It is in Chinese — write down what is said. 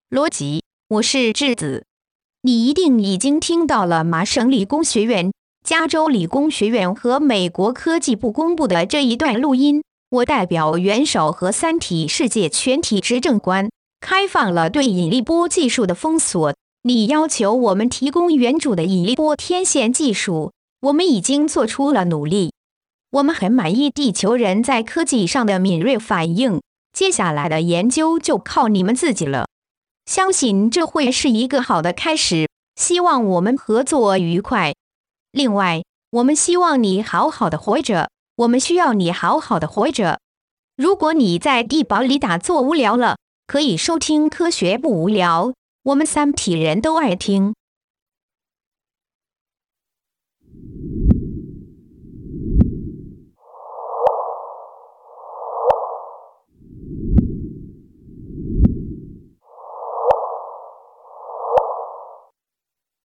逻辑，我是质子。你一定已经听到了麻省理工学院、加州理工学院和美国科技部公布的这一段录音。我代表元首和三体世界全体执政官，开放了对引力波技术的封锁。你要求我们提供援助的引力波天线技术，我们已经做出了努力。我们很满意地球人在科技上的敏锐反应，接下来的研究就靠你们自己了。相信这会是一个好的开始，希望我们合作愉快。另外，我们希望你好好的活着，我们需要你好好的活着。如果你在地堡里打坐无聊了，可以收听科学不无聊，我们三体人都爱听。